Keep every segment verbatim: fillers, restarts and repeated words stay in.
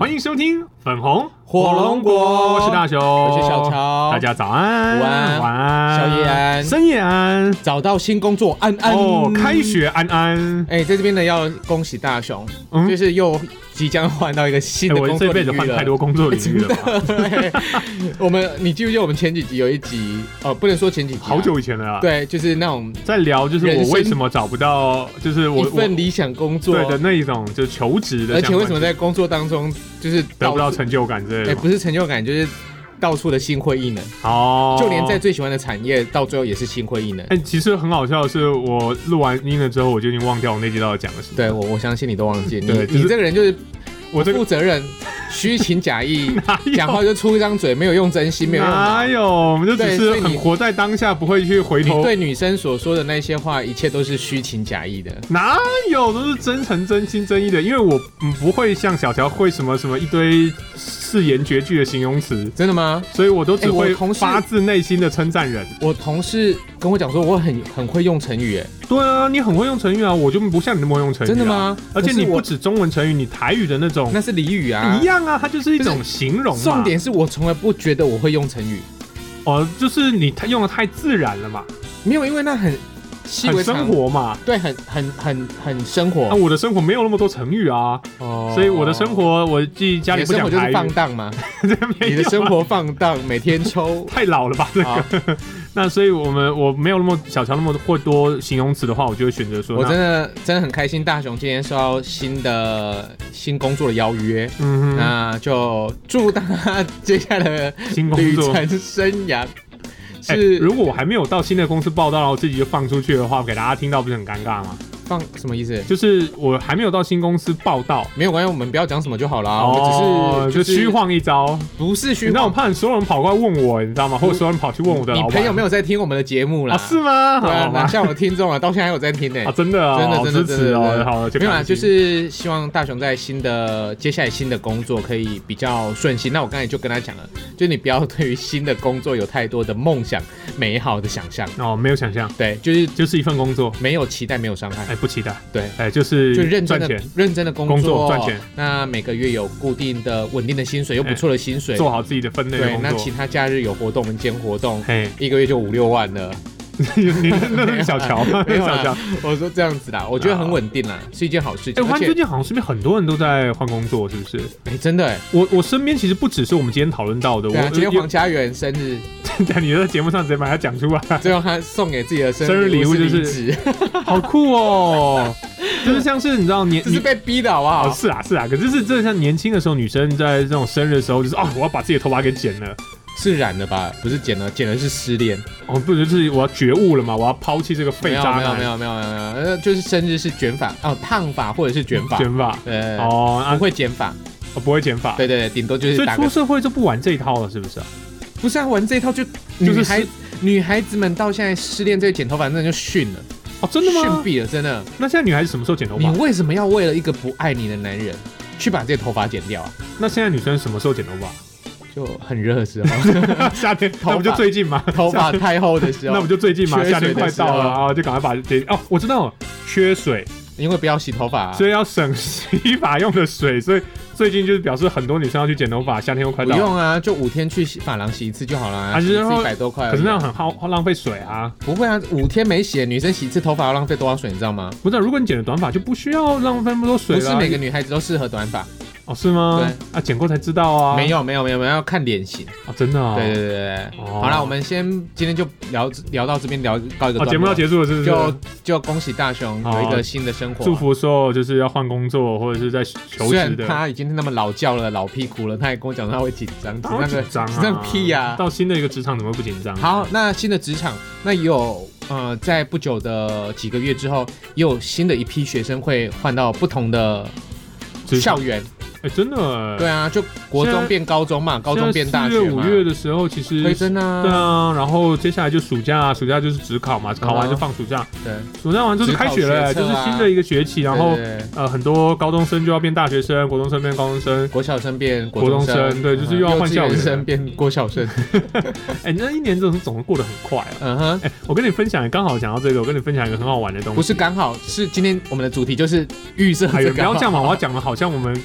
欢迎收听粉红火龙果， 我是大雄， 我是小乔， 大家早安、 午安、 晚安、 宵夜安、 深夜安， 找到新工作安安哦，开学安安。 哎、欸，在这边呢要恭喜大雄，嗯、就是又即将换到一个新的工作领域了。 欸、我这辈子换太多工作领域了吧？ 我们，你记不记得我们前几集有一集哦，不能说前几集、啊， 好久以前了、啊。 对，就是那种在聊，就是我为什么找不到，就是我一份理想工作对的那一种，就是求职的， 而且为什么在工作当中就是得不到成就感之类的？ 哎、欸，不是成就感，就是到处的心灰意冷。 哦， 就连在最喜欢的产业，到最后也是心灰意冷。 哎、欸，其实很好笑的是，我录完音了之后，我就已经忘掉我那集到底讲了什么。 对，我我相信你都忘记。你、 就是、 你这个人就是。 我负责任，虚情假意，讲话就出一张嘴，没有用真心，没有用脑。 哪有？我们就只是很活在当下，不会去回头。 你对女生所说的那些话，一切都是虚情假意的。 哪有？都是真诚、真心、真意的。因为我嗯不会像小乔会什么什么一堆四言绝句的形容词。 真的吗？ 所以我都只会发自内心的称赞人。 我同事跟我讲说，我很很会用成语，哎。 对啊，你很会用成语啊，我就不像你那么会用成语、啊。 真的吗？ 而且你不止中文成语，你台语的那种， 那是俚语啊， 一样啊，它就是一种形容嘛。 重点是我从来不觉得我会用成语， 哦，就是你用的太自然了嘛。 没有，因为那很细微很生活嘛， 对，很很很很生活。 啊，我的生活没有那么多成语啊，哦，所以我的生活，我自己家里不讲台语。 你的生活就是放荡嘛，你的生活放荡，每天抽， 太老了吧这个。那所以我们我没有那么小乔那么会多形容词的话，我就会选择说， 我真的真的很开心，大雄今天收到新的新工作的邀约，嗯哼，那就祝他接下来的新工作旅程生涯。是、 欸，如果我还没有到新的公司报道，然后自己就放出去的话，给大家听到不是很尴尬吗？ 放什么意思？ 就是我还没有到新公司报道， 没有关系，我们不要讲什么就好了、啊。 哦、 我们只是、就是、 就虚晃一招， 不是虚晃。 那我怕所有人跑过来问我，你知道吗？或者所有人跑去问我的老板， 你朋友没有在听我们的节目啦？ 啊，是吗？ 对啊，哪像我的听众啊，到现在还有在听呢、欸。 啊，真的啊， 真的真的真的哦，好了， 没有啦，就是希望大雄在新的接下来新的工作可以比较顺心。那我刚才就跟他讲了，就你不要对于新的工作有太多的梦想、美好的想象哦，没有想象， 对，就是就是一份工作， 没有期待，没有伤害， 哎，不期待， 对。 哎，就是就认真的赚钱认真的工作工作赚钱， 那每个月有固定的稳定的薪水，又不错的薪水， 做好自己的分内的工作。 对，那其他假日有活动，我们兼活动，一个月就五六万了。 你那是小乔吗？ 没有小乔， 我说这样子啦，我觉得很稳定啦，是一件好事情。 哎，我发现最近好像身边很多人都在换工作，是不是？ 哎，真的哎， 我我身边其实不只是我们今天讨论到的， 对啊，今天黄家园生日， 在你在节目上直接把它讲出来， 最后他送给自己的生日礼物就是， 好酷哦。就是像是你知道年， 这是被逼的好不好？ 哦、是啊是啊，可是是真的像年轻的时候，女生在这种生日的时候，就是哦，我要把自己的头发给剪了。 是染了吧？不是剪了，剪了是失恋。 哦，不就是我要觉悟了嘛？我要抛弃这个废渣男。 没有没有没有没有没有，就是生日是卷发哦，烫发或者是卷发。 卷发。 对哦， 不会剪发。 哦，不会剪发。 对对对，顶多就是。 所以出社会就不玩这一套了，是不是啊？ 不是啊，玩这一套就女孩女孩子们到现在失恋这个剪头发真的就逊了。 哦，真的吗？ 逊毙了，真的。 那现在女孩子什么时候剪头发？ 你为什么要为了一个不爱你的男人去把这头发剪掉啊？ 那现在女生什么时候剪头发？ 就很热的时候， 夏天，那不就最近吗？ 头发太厚的时候， 那不就最近吗？夏天快到了啊，就赶快把剪。哦，我知道了，缺水， 因为不要洗头发、啊， 所以要省洗发用的水，所以最近就是表示很多女生要去剪头发，夏天又快到了。 不用啊，就五天去发廊洗一次就好了、啊，啊，一百多块。 可是那样很耗浪费水啊。 不会啊，五天没洗，女生洗一次头发要浪费多少水，你知道吗？ 不是、啊，如果你剪了短发，就不需要浪费那么多水了、啊。 不是每个女孩子都适合短发。 哦，是吗？ 对啊，剪过才知道啊。 没有没有没有没有，要看脸型啊，真的啊、哦。 对对对对，哦、好了，我们先今天就聊聊到这边，聊告一个段落。 节目要结束了，是不是？ 就就恭喜大雄有一个新的生活、啊， 祝福所有就是要换工作或者是在求职的。 虽然他已经那么老教了、老屁股了，他也跟我讲他会紧张， 他紧张啊， 紧张屁呀、啊！ 到新的一个职场怎么会不紧张？ 好，那新的职场，那有呃，在不久的几个月之后，也有新的一批学生会换到不同的校园。 哎、欸，真的， 对啊，就国中变高中嘛，高中变大学嘛。四月、 五月的时候，其实推甄啊， 对啊，然后接下来就暑假，暑假就是指考嘛，考完就放暑假。 对， 暑假完就是开学了、欸，就是新的一个学期，然后对对对呃，很多高中生就要变大学生，国中生变高中生， 国小生变国中生，生对，就是又要换校园， 幼稚园生变国小生。 哎、欸，那一年总是总是过得很快啊。 嗯哼， 哎、欸，我跟你分享，刚好讲到这个，我跟你分享一个很好玩的东西。 不是刚好，是今天我们的主题就是预设。 哎呦，不要这样嘛，我要讲的好像我们就是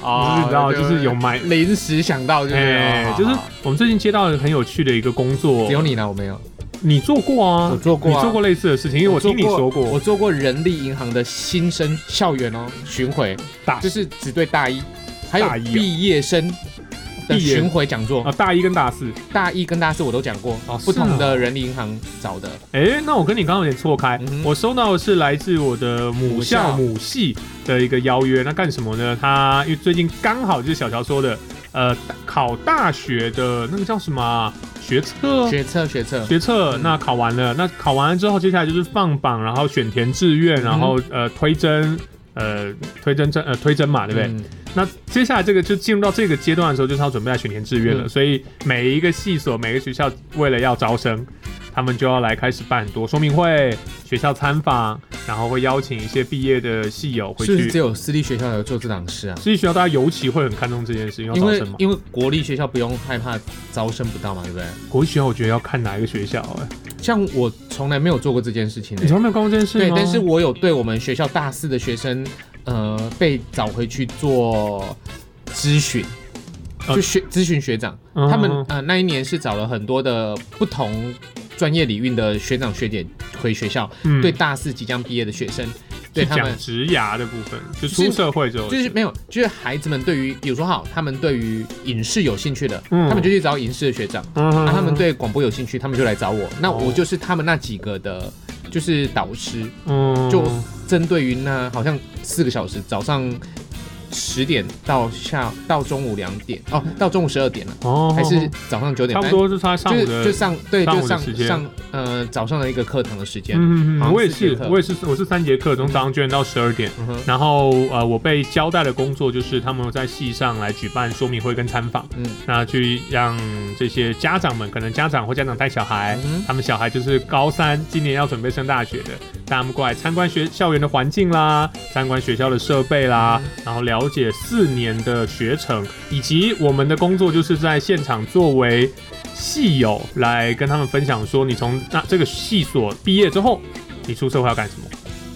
知道，就是有买临时想到就是，哎、 欸，就是我们最近接到很有趣的一个工作， 只有你呢，我没有。 你做过啊？ 我做过、啊， 你做过类似的事情，因为我听你说过， 我做过人力银行的新生校园哦巡回，就是只对大一，还有毕业生的巡回讲座啊，大一跟大四， 大一跟大四我都讲过，哦，不同的人力银行找的。 哎、欸，那我跟你刚刚有点错开、嗯，我收到的是来自我的母校母系的一个邀约，那干什么呢？他因为最近刚好就是小乔说的，呃，考大学的那个叫什么、啊？学测， 学测，学测， 学测、嗯，那考完了，那考完了之后，接下来就是放榜，然后选填志愿，然后、嗯、呃推甄，呃推甄甄呃推甄嘛，对不对、嗯？那接下来这个就进入到这个阶段的时候，就是要准备来选填志愿了、嗯，所以每一个系所、每个学校为了要招生，他们就要来开始办很多说明会、学校参访，然后会邀请一些毕业的系友回去。 是不是只有私立学校有做这档事啊？ 私立学校大家尤其会很看重这件事，因为要招生嘛。 因为因为国立学校不用害怕招生不到嘛，对不对？ 国立学校我觉得要看哪一个学校哎、欸。 像我从来没有做过这件事情、欸， 你从来没有干过这件事吗？ 对，但是我有对我们学校大四的学生，呃，被找回去做咨询。就学咨询学长，嗯、他们呃那一年是找了很多的不同专业领域的学长学姐回学校，嗯、对大四即将毕业的学生，对他们职涯的部分，就出社会之后， 就是没有，就是孩子们对于，比如说好，他们对于影视有兴趣的，嗯、他们就去找影视的学长；那、嗯啊、他们对广播有兴趣，他们就来找我。那我就是他们那几个的，就是导师，嗯、就针对于那好像四个小时，早上十点到下到中午两点哦，到中午十二点了哦，还是早上九点， 差不多是他上午的， 就上对，就上上呃早上的一个课堂的时间。 嗯嗯，我也是，我也是，我是三节课，从早上九点到十二点。嗯、然后呃，我被交代的工作就是他们在系上来举办说明会跟参访，嗯，那去让这些家长们，可能家长或家长带小孩，嗯、他们小孩就是高三，今年要准备升大学的，带他们过来参观学校园的环境啦，参观学校的设备啦，嗯、然后了解四年的学程，以及我们的工作就是在现场作为系友来跟他们分享说，你从那这个系所毕业之后，你出社会要干什么？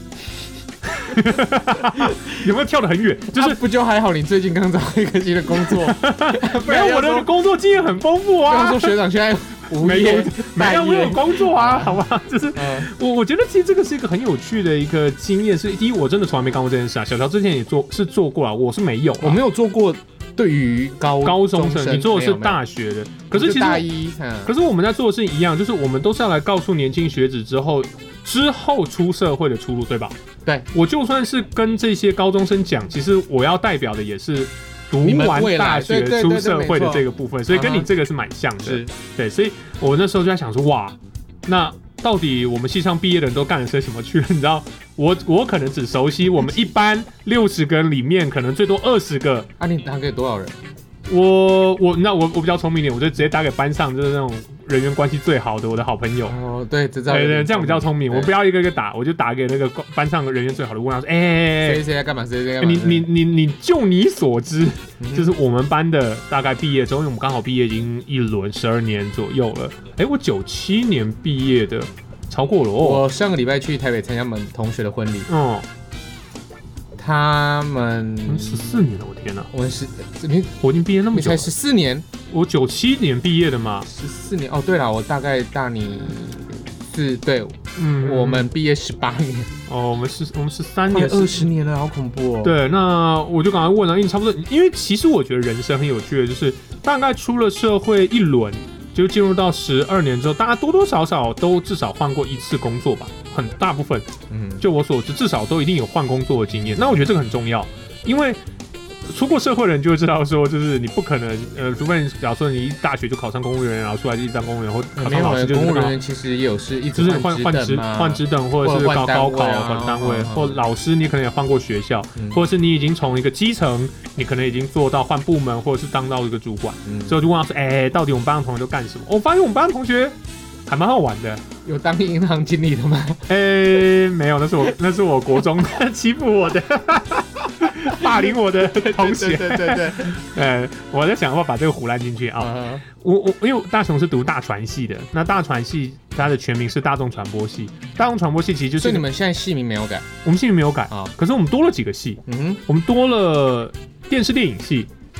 有没有跳得很远？就是、 啊、不就还好？你最近刚找一个新的工作， 没有我的工作经验很丰富啊。 不要说学长现在没有没有我有工作啊，好吧？就是、嗯、我我觉得其实这个是一个很有趣的一个经验。是第一，我真的从来没干过这件事啊。小乔之前也做是做过啊，我是没有、啊， 我没有做过。对于高高中生，你做的是大学的，可是其实大一、嗯， 可是我们在做的事情一样，就是我们都是要来告诉年轻学子之后之后出社会的出路，对吧？ 对， 我就算是跟这些高中生讲，其实我要代表的也是读完大学出社会的这个部分，所以跟你这个是蛮像的。是，对，所以我那时候就在想说，哇，那到底我们系上毕业的人都干了些什么去了？你知道，我我可能只熟悉我们一班六十个人里面，可能最多二十个。 啊，你打给多少人？ 我我那我我比较聪明一点，我就直接打给班上就是那种人员关系最好的我的好朋友。 哦，对，对对，这样比较聪明。我不要一个一个打，我就打给那个班上人员最好的，问他说：“哎、欸， 谁谁在干嘛？谁谁在干嘛？” 你你你你就你所知，嗯、就是我们班的大概毕业之后，因为我们刚好毕业已经一轮十二年左右了。哎、欸，我九七年毕业的。超过了哦！ 我上个礼拜去台北参加我们同学的婚礼，嗯，他们十四年了，我天哪！ 我十，你我已经毕业那么久， 你才十四年， 我九七年毕业的嘛， 十四年哦。对了，我大概大你是，对，嗯，我们毕业十八年， 哦，我们是，我们十三年， 二十年了，好恐怖哦。 对，那我就赶快问了，因为差不多，因为其实我觉得人生很有趣的，就是大概出了社会一轮。就进入到十二年之后，大家多多少少都至少换过一次工作吧，很大部分，嗯，就我所知，至少都一定有换工作的经验。那我觉得这个很重要，因为出过社会的人就会知道说，就是你不可能，呃，除非你假如说你一大学就考上公务员，然后出来就一当公务员，或考上老师，就是公务人员其实也有是一直换换职换职等，或者是搞高考换单位，或老师你可能也换过学校，或者是你已经从一个基层，你可能已经做到换部门，或者是当到一个主管。所以我就问他说，哎，到底我们班的同学都干什么？我发现我们班的同学还蛮好玩的。 有当银行经理的吗？ 哎、欸，没有，那是我那是我国中欺负我的。霸凌我的同学， 对对对对， 呃，我在想要把这个唬烂进去啊。Uh-huh. 我我因为大雄是读大传系的，那大传系它的全名是大众传播系，大众传播系其实就是。 所以你们现在系名没有改？ 我们系名没有改啊， uh. 可是我们多了几个系，嗯哼，我们多了电视电影系，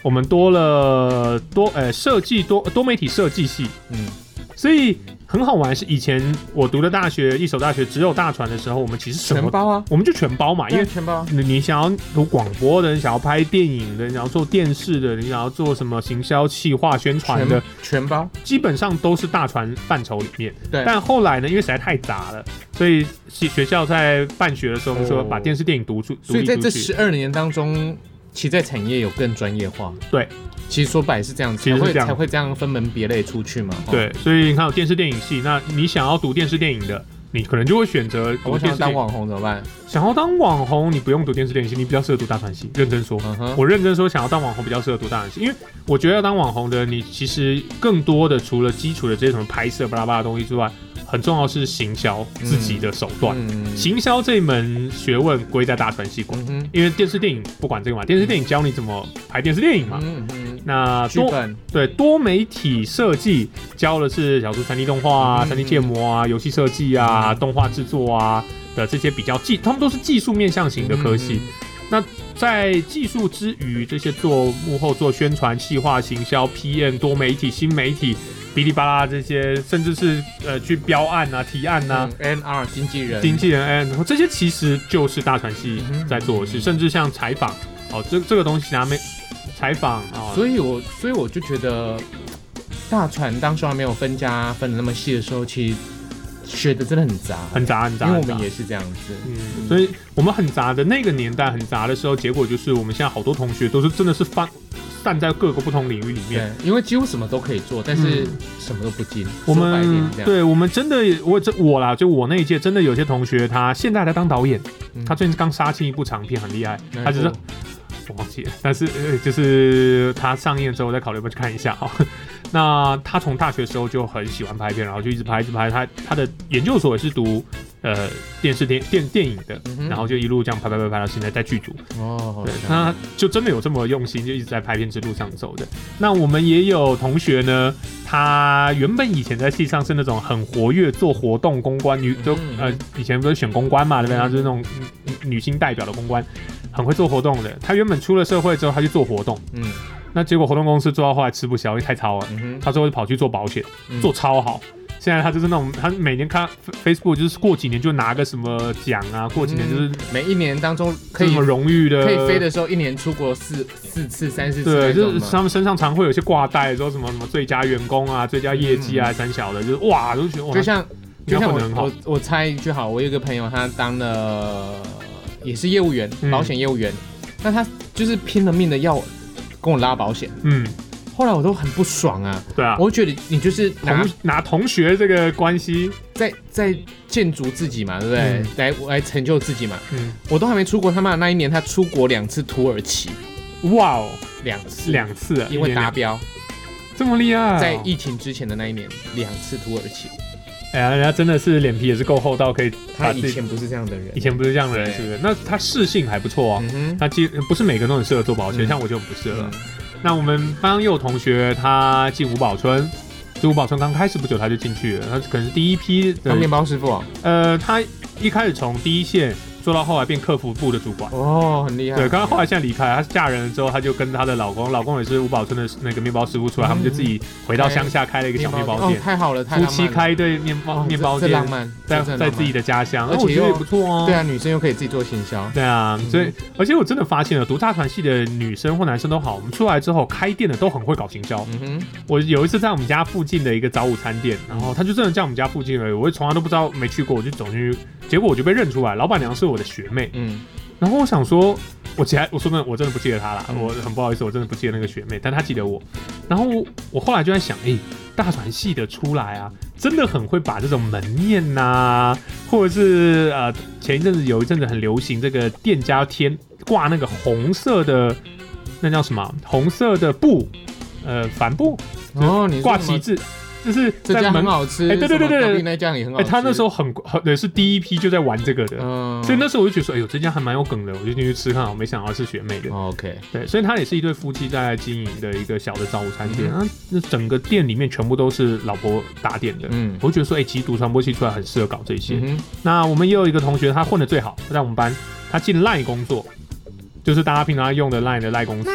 我们多了多呃设计多多媒体设计系，嗯，所以很好玩。是以前我读的大学，一所大学只有大传的时候，我们其实什么全包啊， 我们就全包嘛，因为全包。 你你想要读广播的，你想要拍电影的，你想要做电视的，你想要做什么行销企划宣传的全，全包， 基本上都是大传范畴里面。 对。 但后来呢，因为实在太杂了，所以学校在办学的时候，我们说把电视电影读出， 所以在这十二年当中，其实在产业有更专业化。 对。 其实说白是这样，才会才会这样分门别类出去嘛。 对，所以你看有电视电影系，那你想要读电视电影的，你可能就会选择读电视电影。 我想当网红怎么办？ 想要当网红，你不用读电视电影系，你比较适合读大传系。认真说，嗯、我认真说，想要当网红比较适合读大传系，因为我觉得要当网红的，你其实更多的除了基础的这些什么拍摄巴拉巴拉的东西之外，很重要是行销自己的手段。嗯嗯、行销这一门学问归在大传系管，嗯、因为电视电影不管这个嘛，电视电影教你怎么拍电视电影嘛。嗯嗯那多对多媒体设计教的是小说三 D 动画啊、三 D 建模啊、游戏设计啊、嗯、动画制作啊的这些比较技，他们都是技术面向型的科系。嗯、那在技术之余，这些做幕后做宣传、企划、行销、P M、多媒体、新媒体、哔哩吧啦这些，甚至是呃去标案啊、提案啊、 嗯、N R 经纪人、 经纪人 N， 这些其实就是大传系在做的事，嗯、甚至像采访哦，这这个东西他们。采访啊， 所以我所以我就觉得大传当时还没有分家分的那么细的时候，其实学的真的很杂， 很杂很杂， 因为我们也是这样子， 嗯，所以我们很杂的那个年代很杂的时候，结果就是我们现在好多同学都是真的是放散在各个不同领域里面， 对，因为几乎什么都可以做，但是什么都不精。 我们对我们真的我这我啦，就我那一届真的有些同学，他现在还在当导演，嗯、他最近刚杀青一部长片，很厉害，他只是。我忘记了，但是呃，就是他上映之后，我再考虑要不要去看一下哈。那他从大学的时候就很喜欢拍片，然后就一直拍，一直拍。他他的研究所也是读呃电视电电电影的，嗯、然后就一路这样拍拍拍拍到现在在剧组。哦，对，那就真的有这么用心，就一直在拍片之路上走的。那我们也有同学呢，他原本以前在系上是那种很活跃做活动公关女，就呃以前不是选公关嘛，对不对？然后就是那种女性代表的公关。很会做活动的，他原本出了社会之后，他去做活动，嗯，那结果活动公司做到后来吃不消，因为太超了，嗯、他最后就跑去做保险，嗯、做超好。现在他就是那种，他每年看 Facebook 就是过几年就拿个什么奖啊，过几年就是、嗯、 每一年当中可以什么荣誉的， 可以飞的时候，一年出国四四次、三四次， 对，就是他们身上常会有一些挂带，说什么什么最佳员工啊、最佳业绩啊、嗯、三小的，就是哇，都觉得哇， 就像就像我我我猜一句好，我有一个朋友他当了。也是业务员，保险业务员，嗯、那他就是拼了命的要跟我拉保险，嗯，后来我都很不爽啊， 对啊， 我觉得你就是拿同拿同学这个关系， 在在建筑自己嘛，对不对？嗯、来来成就自己嘛，嗯，我都还没出国，他妈那一年他出国两次土耳其， 哇哦， 两次两次、啊， 因为达标， 这么厉害、哦， 在疫情之前的那一年两次土耳其。 哎呀，人家真的是脸皮也是够厚到可以。 他以前不是这样的人， 以前不是这样的人，是不是？那他适性还不错哦。嗯、他其实不是每个人都很适合做保险，嗯、像我就很不适合。嗯、那我们班又有同学他进五宝村，这五宝村刚开始不久他就进去了，他可能是第一批的当面包师傅啊。 呃，他一开始从第一线。做到后来变客服部的主管哦，很厉害。 对，刚刚后来现在离开，她嫁人了之后，她就跟她的老公，老公也是五宝村的那个面包师傅出来，嗯、他们就自己回到乡下开了一个小面包店。 哦，太好了，太浪漫了。 夫妻开一对面包、哦、面包店， 这浪漫， 在在自己的家乡， 而且我觉得也不错哦。 对啊，女生又可以自己做行销。 对啊，所以、嗯、而且我真的发现了，读大传系的女生或男生都好，我们出来之后开店的都很会搞行销。嗯哼，我有一次在我们家附近的一个早午餐店，然后他就真的在我们家附近而已，我从来都不知道没去过，我就走进去，结果我就被认出来，老板娘是我的学妹。嗯。然后我想说，我记得，我说真的，我真的不记得她啦，嗯、我很不好意思，我真的不记得那个学妹，但她记得我。然后 我, 我后来就在想，哎、欸，大传系的出来啊，真的很会把这种门面呐、啊，或者是呃，前一阵子有一阵子很流行这个店家贴挂那个红色的，那叫什么？红色的布，呃，帆布，哦，你挂旗帜。就是这家很好吃，哎、欸，对对对对，隔壁那家也很好吃。 哎、欸，他那时候很很是第一批就在玩这个的，嗯，所以那时候我就觉得说，哎呦，这家还蛮有梗的，我就进去吃看好，没想到是学妹的。 哦、OK， 对，所以他也是一对夫妻在经营的一个小的早午餐店，嗯、那整个店里面全部都是老婆打点的，嗯，我就觉得说，哎、欸，其实读传播系出来很适合搞这些。嗯、那我们也有一个同学，他混得最好，他在我们班，他进 Line 工作。就是大家平常用的 Line 的 Line 公司，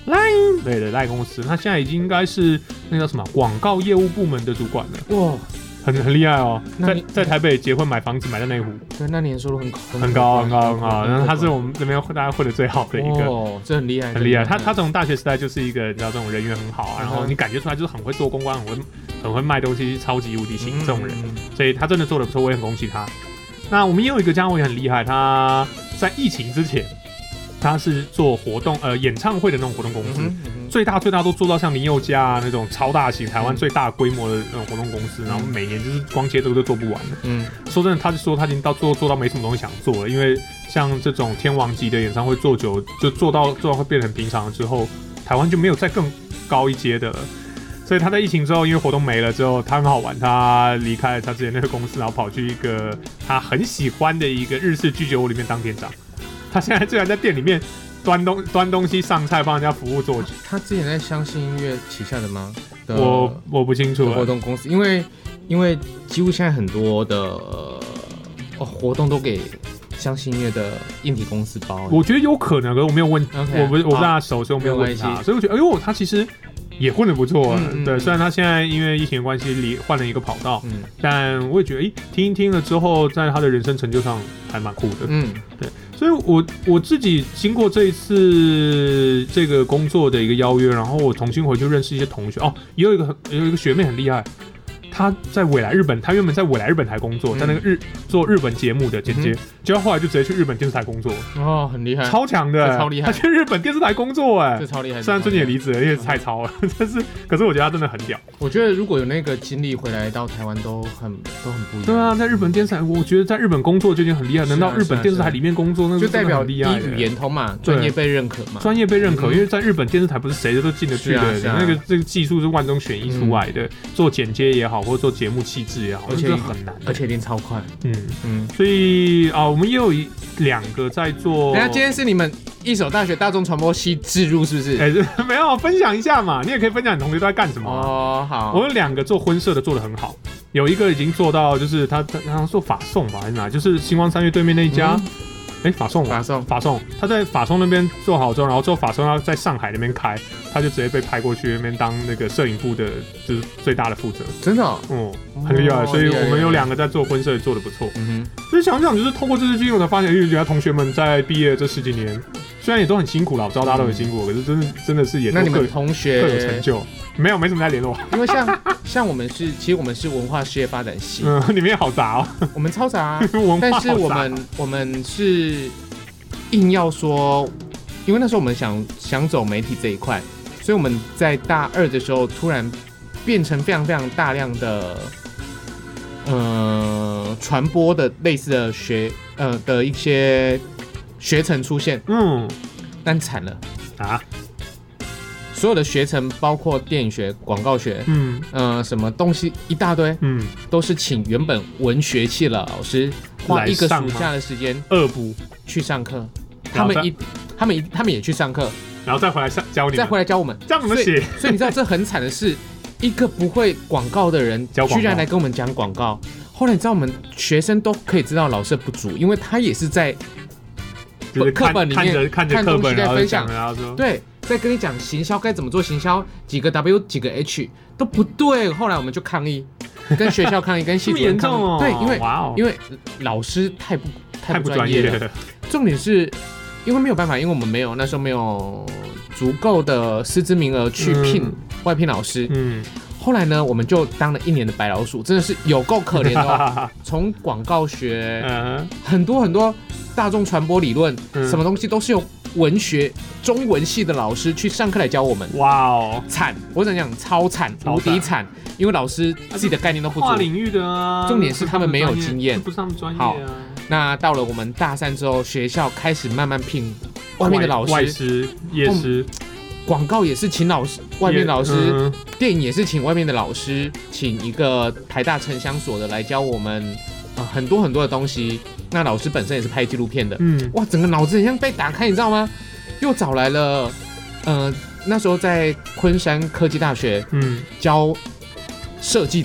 Line 对的 Line 公司，他现在已经应该是那叫什么广告业务部门的主管了。哇，很很厉害哦，在在台北结婚买房子买在内湖， 对，那年收入很高很高很高很高，然后他是我们这边大家混得最好的一个， 哦，这很厉害很厉害。他他从大学时代就是一个你知道这种人缘很好啊，然后你感觉出来就是很会做公关，很会很会卖东西，超级无敌型这种人，所以他真的做得不错，我也很恭喜他。那我们也有一个家伙也很厉害，他在疫情之前。他是做活动，呃，演唱会的那种活动公司，嗯嗯、最大最大都做到像林宥嘉、啊、那种超大型，台湾最大规模的那种活动公司，嗯、然后每年就是光接这个都做不完的。嗯，说真的，他就说他已经到做做到没什么东西想做了，因为像这种天王级的演唱会做久，就做到做到会变成很平常了之后，台湾就没有再更高一阶的了。所以他在疫情之后，因为活动没了之后，他很好玩，他离开了他之前那个公司，然后跑去一个他很喜欢的一个日式居酒屋里面当店长。他现在居然在店里面端东端东西上菜，帮人家服务做。 他之前在相信音乐旗下的吗？的我我不清楚。 活动公司，因为因为几乎现在很多的、呃哦、活动都给相信音乐的硬体公司包。 我觉得有可能，可是我没有问， okay, 我不我不是他熟，所以我没有问他。所以我觉得，哎呦，他其实也混得不错、啊。嗯嗯对，虽然他现在因为疫情的关系离换了一个跑道，嗯、但我也觉得，哎，听一听了之后，在他的人生成就上还蛮酷的。嗯，对。所以我，我我自己经过这一次这个工作的一个邀约，然后我重新回去认识一些同学。哦，也有一个有一个学妹很厉害，她在未来日本，她原本在未来日本台工作，在那个日做日本节目的剪接，嗯、结果后来就直接去日本电视台工作。 哦，很厉害， 超强的， 超厉害。 她去日本电视台工作，哎， 这超厉害。 虽然最近也离职了，因为太超了，但是可是我觉得她真的很屌。 我觉得如果有那个经历回来到台湾都很都很不一样。 对啊，在日本电视台，我觉得在日本工作就已经很厉害，能到日本电视台里面工作，那就代表第一语言通嘛，专业被认可嘛， 专业被认可，因为在日本电视台不是谁都进得去的，那个这个技术是万中选一出来的，做剪接也好，或者做节目气质也好，而且很难， 而且一定超快。 嗯嗯，所以啊，我们也有一两个在做。 等下，今天是你们一所大学大众传播系置入是不是？ 哎、欸，没有，分享一下嘛，你也可以分享你同学都在干什么、啊。 哦，好。 我有两个做婚摄的做得很好，有一个已经做到，就是他他他做法送吧，还是哪？就是星光三月对面那一家。嗯哎、欸，法送， 法送， 法送，他在法送那边做好之后，然后之后法送要在上海那边开，他就直接被派过去那边当那个摄影部的，就是最大的负责。 真的、哦， 嗯，很厉害。所以我们有两个在做婚摄，做得不错。嗯哼，所以想想，就是透过这次经历，我才发现，因为觉得同学们在毕业这十几年，虽然也都很辛苦啦，我知道大家都很辛苦，嗯、可是真的真的是也都各那你们同学各有成就。没有，没什么在联络。 因为像像我们是，其实我们是文化事业发展系， 嗯，里面好杂哦。 我们超杂、啊， 文化好杂但是我们我们是。硬要说，因为那时候我们想想走媒体这一块，所以我们在大二的时候突然变成非常非常大量的呃传播的类似的学呃的一些学程出现，嗯，但惨了啊！所有的学程包括电影学、广告学，嗯呃什么东西一大堆，嗯，都是请原本文学系的老师花一个暑假的时间恶补去上课。他们一，他们一，他们也去上课， 然后再回来教你， 再回来教我们， 这样怎么写？ 所以, 所以你知道这很惨的是，一个不会广告的人，居然来跟我们讲广告。后来你知道我们学生都可以知道老师的不足，因为他也是在课本里面看着课本在分享， 然后说对，在跟你讲行销该怎么做，行销几个 W 几个 H 都不对。后来我们就抗议，跟学校抗议，跟系主任抗议， 哦、 对，因为、哦、因为老师太不太不专业了。了重点是。因为没有办法，因为我们没有那时候没有足够的师资名额去聘、嗯、外聘老师。嗯，后来呢，我们就当了一年的白老鼠，真的是有够可怜的、哦。从广告学、嗯、很多很多大众传播理论、嗯，什么东西都是由文学中文系的老师去上课来教我们。哇哦，惨！我想讲超惨，无敌惨，因为老师自己的概念都不足。 跨领域的啊， 重点是他们没有经验， 不是他们专业啊。 那到了我们大三之后，学校开始慢慢聘外面的老师、 外师、业师， 广告也是请老师，外面老师、嗯，电影也是请外面的老师，请一个台大城乡所的来教我们、呃、很多很多的东西。那老师本身也是拍纪录片的，嗯，哇，整个脑子很像被打开，你知道吗？又找来了，呃，那时候在昆山科技大学，嗯，教设计的。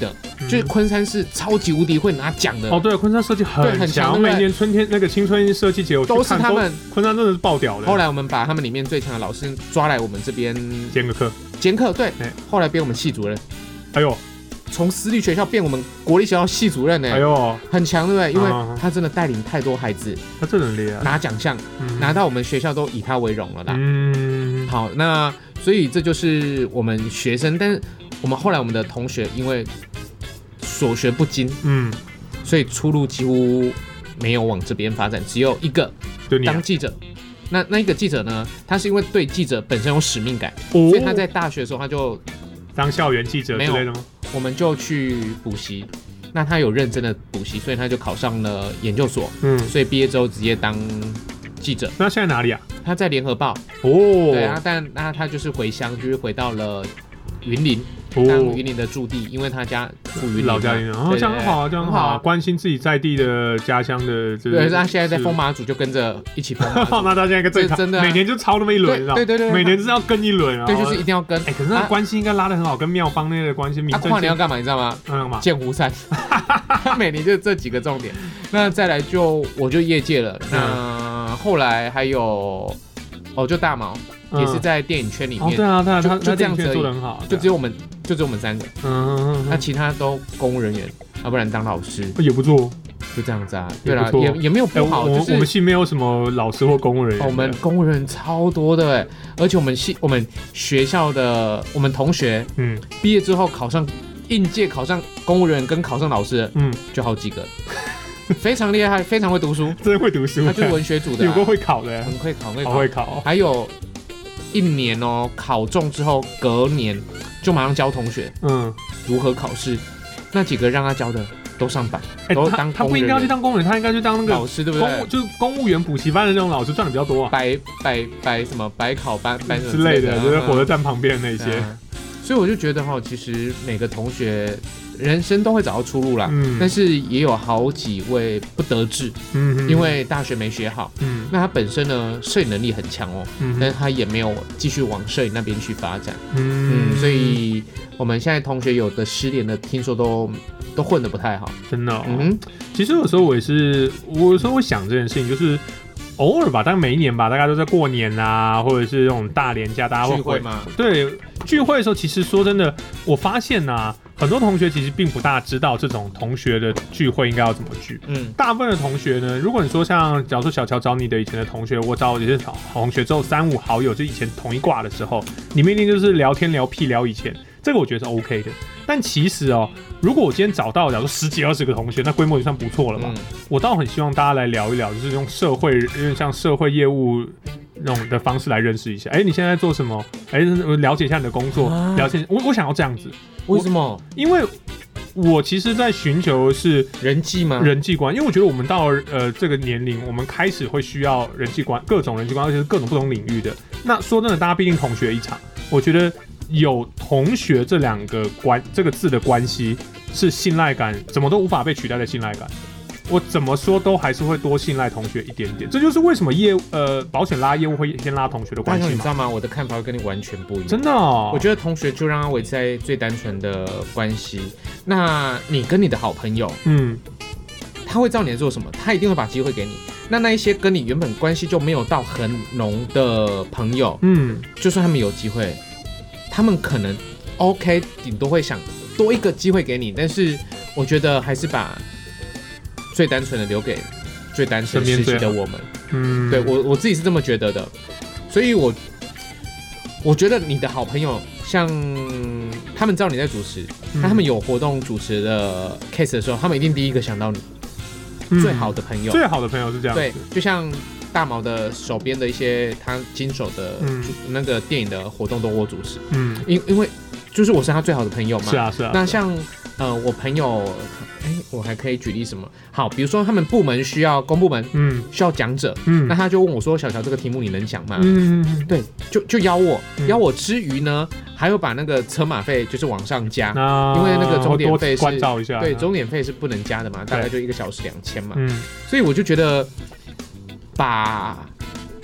就是昆山是超级无敌会拿奖的。 哦，对，昆山设计很强，每年春天那个青春设计节，我都是他们。 昆山真的是爆屌的。 后来我们把他们里面最强的老师抓来我们这边兼个课， 兼课对。后来变我们系主任。 哎呦。 从私立学校变我们国立学校系主任呢、欸，哎呦，很强对不对？因为他真的带领太多孩子， 他真的很厉害， 拿奖项、嗯，拿到我们学校都以他为荣了啦。 嗯， 好，那所以这就是我们学生，但是我们后来我们的同学因为所学不精，嗯，所以出路几乎没有往这边发展，只有一个当记者。那那一个记者呢，他是因为对记者本身有使命感，哦、所以他在大学的时候他就当校园记者之类的吗？ 我们就去补习，那他有认真的补习，所以他就考上了研究所，嗯，所以毕业之后直接当记者。 那现在哪里啊？ 他在联合报哦， 对啊，但那他就是回乡，就是回到了云林。当云林的驻地，因为他家住云林， 老家云林，哦，这样很好啊，这样很好啊，关心自己在地的家乡的。 对，他现在在封马祖，就跟着一起封马祖。 那他现在最真的每年就超那么一轮， 对对对， 每年就是要跟一轮啊。 对，就是一定要跟。 哎，可是那关系应该拉得很好，跟庙方那个关系。 他跨年要干嘛？你知道吗？ 干嘛？ 剑湖山。他每年就这几个重点。那再来就我就业界了。那后来还有哦，就大毛。也是在电影圈里面， 哦、对啊，对啊，他就这样子做得很好， 就只有我们，就只有我们三个，嗯，那其他都公务人员，要不然当老师也不错， 就这样子啊，对啦，也也没有不好， 欸、 就是我们系没有什么老师或公务人员， 我们公务人员超多的哎，而且我们系我们学校的我们同学，嗯，毕业之后考上应届考上公务人员跟考上老师，嗯，就好几个。非常厉害，非常会读书， 真的会读书。 他就是文学组的、啊， 有个会考的， 很会考，会考，好会考、哦。 还有一年哦，考中之后隔年就马上教同学，嗯，如何考试。那几个让他教的都上班，欸、都当他不应该去当公务员，他应该去当那个老师，对不对？ 公就是公务员补习班的那种老师，赚的比较多啊。 白白白什么白考班班之类的，就是火车站旁边的那些。 嗯、所以我就觉得哈，其实每个同学。人生都会找到出路啦，嗯、但是也有好几位不得志，嗯、因为大学没学好。嗯、那他本身呢，摄影能力很强哦，嗯、但是他也没有继续往摄影那边去发展。嗯，嗯所以我们现在同学有的失联的，听说都都混得不太好， 真的、哦。嗯，其实有时候我也是，我有时候会想这件事情，就是。偶尔吧，但每一年吧，大家都在过年啊，或者是这种大连假，大家会聚会吗？ 对，聚会的时候，其实说真的，我发现啊，很多同学其实并不大知道这种同学的聚会应该要怎么聚。嗯，大部分的同学呢，如果你说像，假如说小乔找你的以前的同学，我找有些同学之后三五好友，就以前同一挂的时候，你们一定就是聊天聊屁聊以前。这个我觉得是 OK 的，但其实哦，如果我今天找到，假如说十几二十个同学，那规模就算不错了吧？嗯、我倒很希望大家来聊一聊，就是用社会，有点像社会业务那种的方式来认识一下。哎、欸，你现在在做什么？哎、欸，了解一下你的工作，啊、了解我，我想要这样子。 为什么？ 因为我其实在寻求是人际吗？ 人际观，因为我觉得我们到了呃这个年龄，我们开始会需要人际观，各种人际观，而且是各种不同领域的。那说真的，大家毕竟同学一场，我觉得。有同学这两个关这个字的关系是信赖感，怎么都无法被取代的信赖感。我怎么说都还是会多信赖同学一点点，这就是为什么业呃保险拉业务会先拉同学的关系嘛。 你知道吗？我的看法会跟你完全不一样。 真的哦， 我觉得同学就让他维持在最单纯的关系。那你跟你的好朋友，嗯，他会知道你在做什么，他一定会把机会给你。那那一些跟你原本关系就没有到很浓的朋友，嗯，就算他们有机会。他们可能 OK， 顶多会想多一个机会给你，但是我觉得还是把最单纯的留给最单纯时期的我们。嗯，对我我自己是这么觉得的，所以我我觉得你的好朋友像他们知道你在主持，那、嗯、他们有活动主持的 case 的时候，他们一定第一个想到你、嗯、最好的朋友， 最好的朋友是这样子， 对，就像。大毛的手边的一些他经手的、嗯、那个电影的活动都我主持，嗯，因因为就是我是他最好的朋友嘛， 是啊是啊。 那像呃我朋友，哎，我还可以举例什么？好，比如说他们部门需要公部门，嗯，需要讲者，嗯，那他就问我说：“小乔，这个题目你能讲吗？”嗯嗯，对，就就邀我，嗯、邀我之余呢，还有把那个车马费就是往上加，啊、因为那个钟点费是， 关照一下， 对，钟点费是不能加的嘛，大概就一个小时两千嘛，嗯，所以我就觉得。把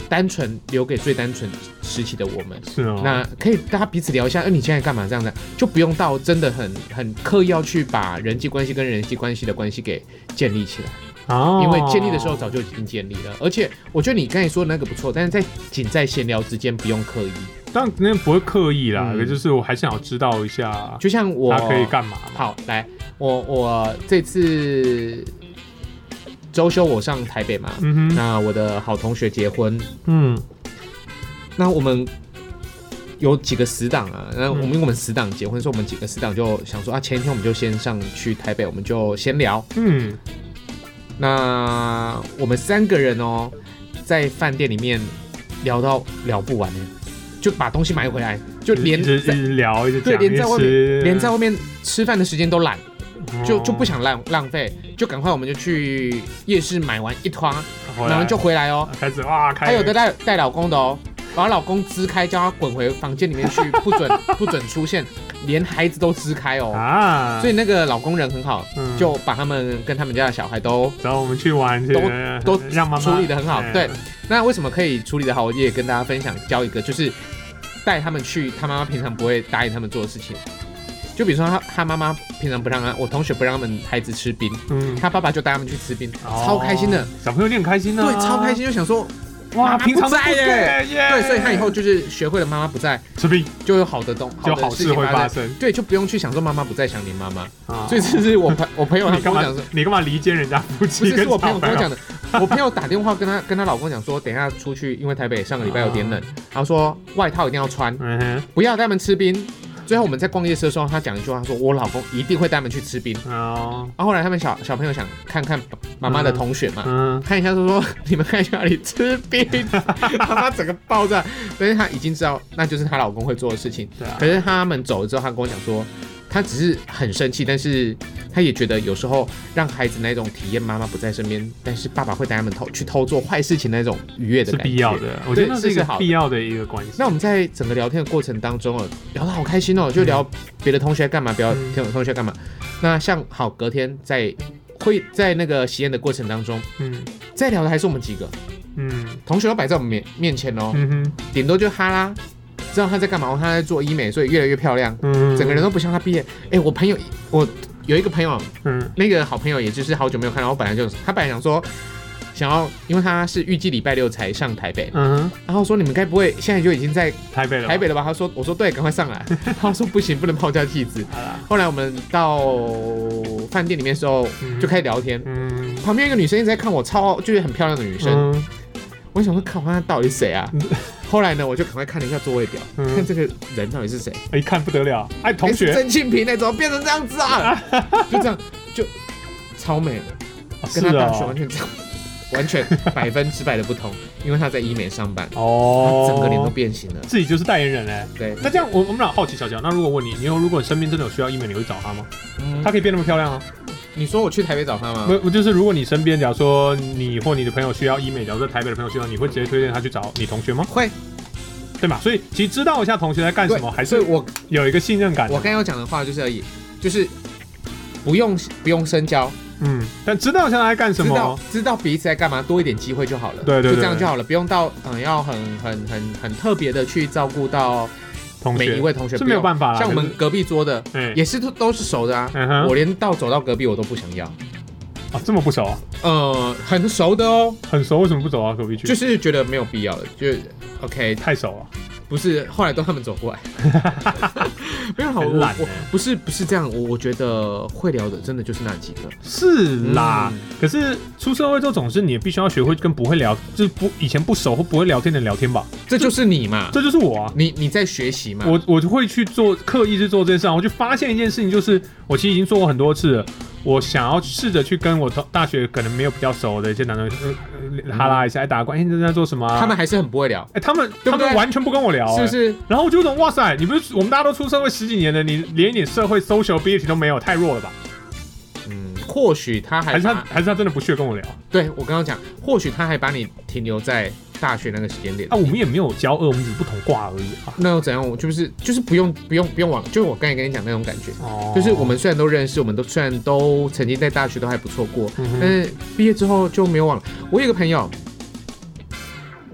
单纯留给最单纯时期的我们。 是哦， 那可以大家彼此聊一下，哎、呃，你现在干嘛这样的，就不用到真的很很刻意要去把人际关系跟人际关系的关系给建立起来。哦，因为建立的时候早就已经建立了，而且我觉得你刚才说的那个不错，但是在仅在闲聊之间不用刻意。 当然那不会刻意啦，嗯、就是我还是想知道一下， 就像我他可以干嘛。 好，来，我我这次周休我上台北嘛，嗯哼，那我的好同学结婚，嗯，那我们有几个死党啊，那我们因为我们死党结婚，所以我们几个死党就想说啊，前一天我们就先上去台北，我们就先聊，嗯，那我们三个人哦，在饭店里面聊到聊不完，就把东西买回来，就连一直聊，一直讲， 对，连在外面连在外面吃饭的时间都懒。就就不想浪浪费，就赶快我们就去夜市买完一团，然后就回来哦。 开始哇，开还有的带带老公的哦，把老公支开，叫他滚回房间里面去，不准不准出现，连孩子都支开哦。啊，所以那个老公人很好，嗯、就把他们跟他们家的小孩都找我们去玩， 都都让妈妈处理得很好。对，那为什么可以处理得好？我也跟大家分享，教一个就是带他们去他妈妈平常不会答应他们做的事情。就比如说他他妈妈平常不让他，我同学不让他们孩子吃冰，嗯，他爸爸就带他们去吃冰，哦、超开心的。 小朋友你很开心啊， 对，超开心，就想说哇，平常不在耶，对，所以他以后就是学会了妈妈不在吃冰， 就有好的东， 就好事会发生， 对，就不用去想说妈妈不在想你妈妈。啊、所以这是我朋我朋友他跟我讲说， 你干嘛离间人家夫妻？ 不是，是我朋友跟我讲的。我朋友打电话跟她跟她老公讲说，等一下出去，因为台北上个礼拜有点冷，然后说外套一定要穿，嗯、不要带他们吃冰。最后我们在逛夜市的时候，他讲一句话，他说我老公一定会带他们去吃冰。哦，然后后来他们小小朋友想看看妈妈的同学嘛，嗯、看一下说说你们看去哪里吃冰，妈妈整个爆炸。但是他已经知道那就是她老公会做的事情。对啊。可是他们走了之后，他跟我讲说，他只是很生气，但是他也觉得有时候让孩子那种体验妈妈不在身边，但是爸爸会带他们偷去偷做坏事情那种愉悦的感觉， 是必要的。我觉得那是一个必要的一个关系。 那我们在整个聊天的过程当中哦，聊得好开心哦，就聊别的同学干嘛，别的同学干嘛。嗯、那像好隔天在会在那个喜宴的过程当中，嗯，在聊的还是我们几个，嗯，同学都摆在我们面面前哦，嗯哼，顶多就哈啦。知道他在干嘛？他在做医美，所以越来越漂亮。嗯，整个人都不像他毕业。哎、欸，我朋友，我有一个朋友，嗯，那个好朋友，也就是好久没有看到。我本来就，他本来想说，想要，因为他是预计礼拜六才上台北，嗯，然后说你们该不会现在就已经在台北了？ 台北了吧？他说，我说对，赶快上来。他说不行，不能抛家弃子。后来我们到饭店里面的时候，就开始聊天。嗯，旁边一个女生一直在看我，超就是很漂亮的女生。嗯、我想说，看他到底是谁啊？后来呢，我就赶快看了一下座位表，嗯、看这个人到底是谁。 一看不得了，哎，同学， 曾庆平那怎么变成这样子啊？就这样，就超美的，哦、跟他大学完全这样，完全百分之百的不同。因为他在医美上班，哦，他整个脸都变形了， 自己就是代言人哎。 对， 那这样我我们俩好奇，小乔，那如果问你，你有如果身边真的有需要医美，你会找他吗？嗯，他可以变那么漂亮啊？ 你说我去台北找他吗？ 不，不就是如果你身边，假如说你或你的朋友需要医美，假如说台北的朋友需要，你会直接推荐他去找你同学吗？ 会， 对嘛？所以其实知道一下同学在干什么，还是我有一个信任感。 我刚刚要讲的话就是而已，就是不用不用深交，嗯， 但知道一下他在干什么， 知道知道彼此在干嘛，多一点机会就好了。 对 对, 对， 就这样就好了，不用到嗯要很很很很特别的去照顾到。每一位同学是没有办法啦， 像我们隔壁桌的，欸、也是都都是熟的啊。嗯、我连到走到隔壁我都不想要。 啊，这么不熟啊？ 呃，很熟的哦。 很熟，为什么不走到隔壁去？ 就是觉得没有必要了，就 OK。 太熟了。 不是，后来都他们走过来。没有，我懒、欸。不是不是这样，我我觉得会聊的真的就是那几个。 是啦，嗯、可是出社会之后，总是你也必须要学会跟不会聊，就是不以前不熟或不会聊天的人聊天吧。 这就是你嘛， 这就是我啊。 你你在学习嘛？ 我我就会去做，刻意去做这件事，我就发现一件事情，就是我其实已经做过很多次了。我想要试着去跟我大学可能没有比较熟的一些男生、呃、哈拉一下，哎，打个关系，在做什么、啊？ 他们还是很不会聊， 哎、欸，他们对对他们完全不跟我聊、欸， 是不是？ 然后我就说，哇塞，你不是我们大家都出社会十几年了，你连一点社会 sociability 都没有，太弱了吧？ 嗯，或许他还还是他还是他真的不屑跟我聊。 对我刚刚讲，或许他还把你停留在大学那个时间点。 啊，我们也没有交恶，我们只是不同挂而已啊。 那又怎样？我就是就是不用不用不用往，就是我刚才跟你讲那种感觉。哦。就是我们虽然都认识，我们都虽然都曾经在大学都还不错过，嗯、但是毕业之后就没有往。我有一个朋友，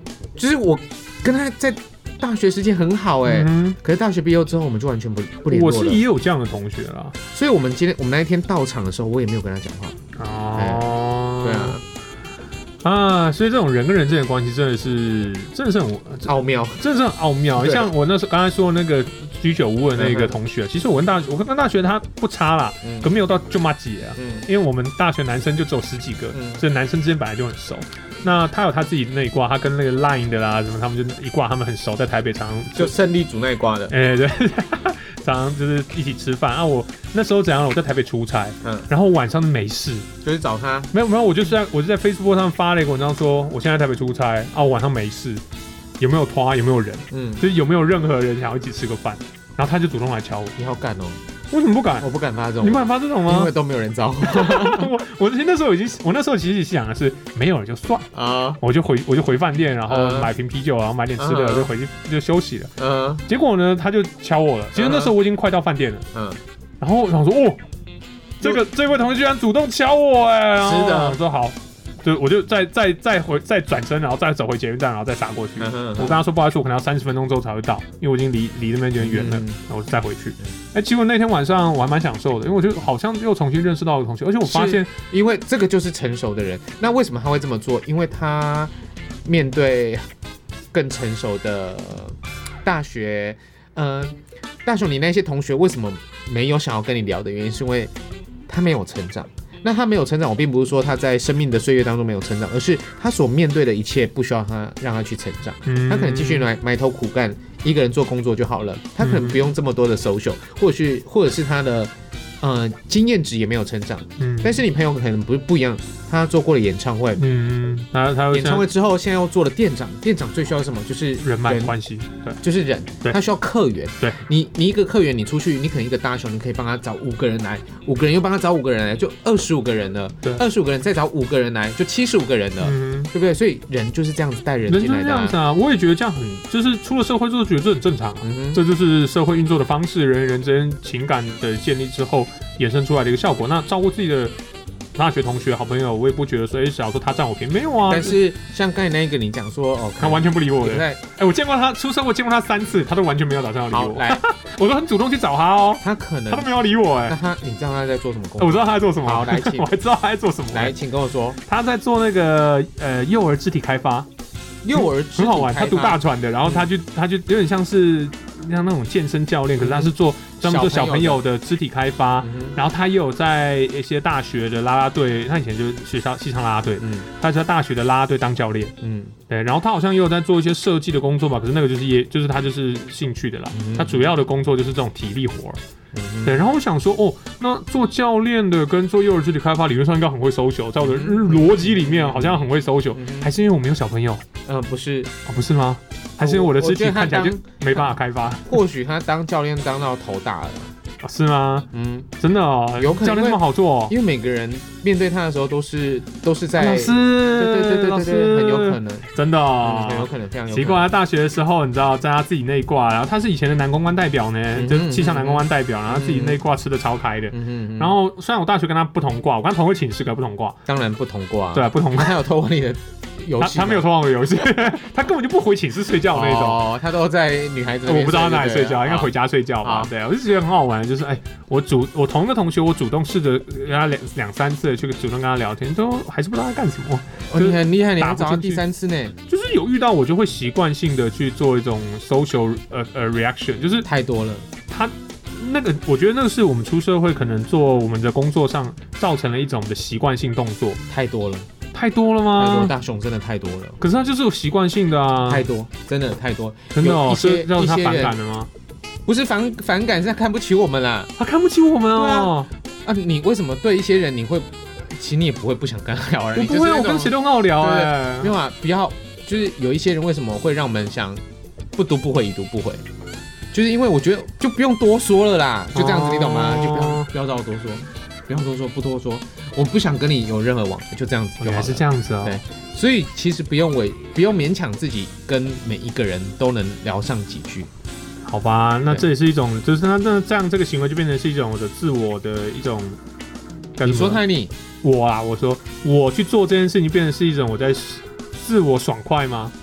就是我跟他在大学时间很好哎、欸嗯，可是大学毕业之后我们就完全不不联络了。 我是也有这样的同学啦， 所以我们今天我们那一天到场的时候，我也没有跟他讲话。哦，对啊。 啊，所以这种人跟人之间的关系真的是，真的是很奥妙， 真的是很奥妙。像我那时候刚才说的那个居酒屋的那个同学，嗯、其实我跟大我跟大学他不差啦，嗯、可没有到就骂姐啊、嗯，因为我们大学男生就只有十几个，嗯、所以男生之间本来就很熟。那他有他自己那一挂，他跟那个 Line 的啦什么，他们就一挂，他们很熟，在台北常常就胜利组那一挂的， 哎、欸、对。常常就是一起吃饭啊！我那时候怎样？我在台北出差，嗯，然后晚上没事， 就去找他。 没有没有，我就是在我就在 Facebook 上发了一个文章说，我现在在台北出差啊，我晚上没事，有没有拖？有没有人？嗯，就是有没有任何人想要一起吃个饭？然后他就主动来敲我， 你好敢哦！ 为什么不敢？ 我不敢发这种， 你不敢发这种吗？ 因为都没有人找我。我那时候已经，我那时候其实想的是，没有人就算啊，我就回我就回饭店，然后买瓶啤酒，然后买点吃的，就回去就休息了。嗯，结果呢，他就敲我了。其实那时候我已经快到饭店了。嗯，然后我想说，哦，这个这位同学居然主动敲我哎、欸！ 是的， 我说好。就我就再再再回再转身，然后再走回捷运站，然后再杀过去。嗯嗯嗯、我跟他说不好意思，我可能要三十分钟之后才会到，因为我已经离离那边有点远了，嗯、然后我再回去。哎、欸，结果那天晚上我还蛮享受的，因为我就好像又重新认识到一个同学，而且我发现， 因为这个就是成熟的人。那为什么他会这么做？因为他面对更成熟的大学，呃，大雄，你那些同学为什么没有想要跟你聊的原因，是因为他没有成长。那他没有成长，我并不是说他在生命的岁月当中没有成长，而是他所面对的一切不需要他让他去成长，嗯、他可能继续埋埋头苦干，一个人做工作就好了，他可能不用这么多的 social， 或者是或者是他的呃经验值也没有成长，嗯、但是你朋友可能不不一样，他做过了演唱会，嗯，他他演唱会之后现在又做了店长，店长最需要什么？就是人脉关系，对， 就是人，他需要客源， 对， 你你一个客源，你出去，你可能一个大雄，你可以帮他找五个人来，五个人又帮他找五个人来，就二十五个人了，对，二十五个人再找五个人来，就七十五个人了，嗯、对不对？所以人就是这样子带人进来的、啊，人就是这样子啊。 我也觉得这样很，就是出了社会之后觉得这很正常啊，嗯、这就是社会运作的方式，人与人之间情感的建立之后衍生出来的一个效果。那照顾自己的大学同学、好朋友，我也不觉得说，哎、欸，假如说他占我便宜，没有啊。 但是像刚才那一个，你讲说，哦， 他完全不理我的。哎、欸，我见过他出生，我见过他三次，他都完全没有打算要理我。来，我都很主动去找他哦。 他可能他都没有理我哎、欸。 那他，你知道他在做什么工作？ 我知道他在做什么。 好，来，请我还知道他在做什么。 来，请跟我说。 他在做那个呃幼儿肢体开发。 幼儿肢体很好玩，他读大传的，然后他就他就有点像是像那种健身教练，可是他是做专门做小朋友的肢体开发，嗯、然后他也有在一些大学的啦啦队，他以前就是学校系上啦啦队，嗯、他在大学的啦啦队当教练，嗯，对，然后他好像也有在做一些设计的工作吧，可是那个就是也就是他就是兴趣的啦，嗯、他主要的工作就是这种体力活。嗯、对，然后我想说，哦，那做教练的跟做幼儿肢体开发理论上应该很会 social， 在我的逻辑里面好像很会 social，、嗯、还是因为我没有小朋友？ 呃，不是， 哦，不是吗？还是因为我的肢体看起来就没办法开发？ 或许他当教练当到头大了。 哦、是吗？嗯，真的哦，有可能教练那么好做、哦， 因为每个人面对他的时候都是都是在老师， 对对对对对对，很有可能， 真的哦， 嗯、很有可能，非常有可能。 奇怪，他大学的时候，你知道，在他自己那一挂，然后他是以前的男公关代表呢，嗯、就是气象男公关代表，然后他自己那一挂吃的超开的。嗯、然后虽然我大学跟他不同挂，我跟他同个寝室，可不同挂， 当然不同挂， 对啊，不同挂。 他有偷玩你的游戏， 他没有偷玩我的游戏，他根本就不回寝室睡觉那种。 哦，他都在女孩子那边睡， 我不知道他哪里睡觉，应该回家睡觉吧？对，我就觉得很好玩，就是哎，我主我同一个同学，我主动试着跟他两两三次的去主动跟他聊天，都还是不知道他干什么。 哦，你很厉害，你还找到第三次呢？ 就是有遇到我就会习惯性的去做一种 social 呃呃 reaction， 就是太多了。 他那个，我觉得那个是我们出社会可能做我们的工作上造成了一种的习惯性动作， 太多了。 太多了吗？ 太多，大雄真的太多了。 可是他就是有习惯性的啊， 太多，真的太多， 真的哦，是让他反感了吗？ 不是反反感，是他看不起我们啦。 他看不起我们哦。 啊，啊你为什么对一些人你会，其实你也不会不想跟他聊而已。 我不会，我跟谁都很好聊哎、欸。 没有啊，不要，就是有一些人为什么会让我们想不读不回，已读不回，就是因为我觉得就不用多说了啦，就这样子，哦、你懂吗？就不要不要找我多说。不用多说，不多说，我不想跟你有任何往来，就这样子就好了。 原来是这样子哦。 对，所以其实不用为不用勉强自己跟每一个人都能聊上几句。 好吧，那这也是一种，就是他那这样这个行为就变成是一种我的自我的一种。 你说他你我啊，我说我去做这件事情，变成是一种我在自我爽快吗？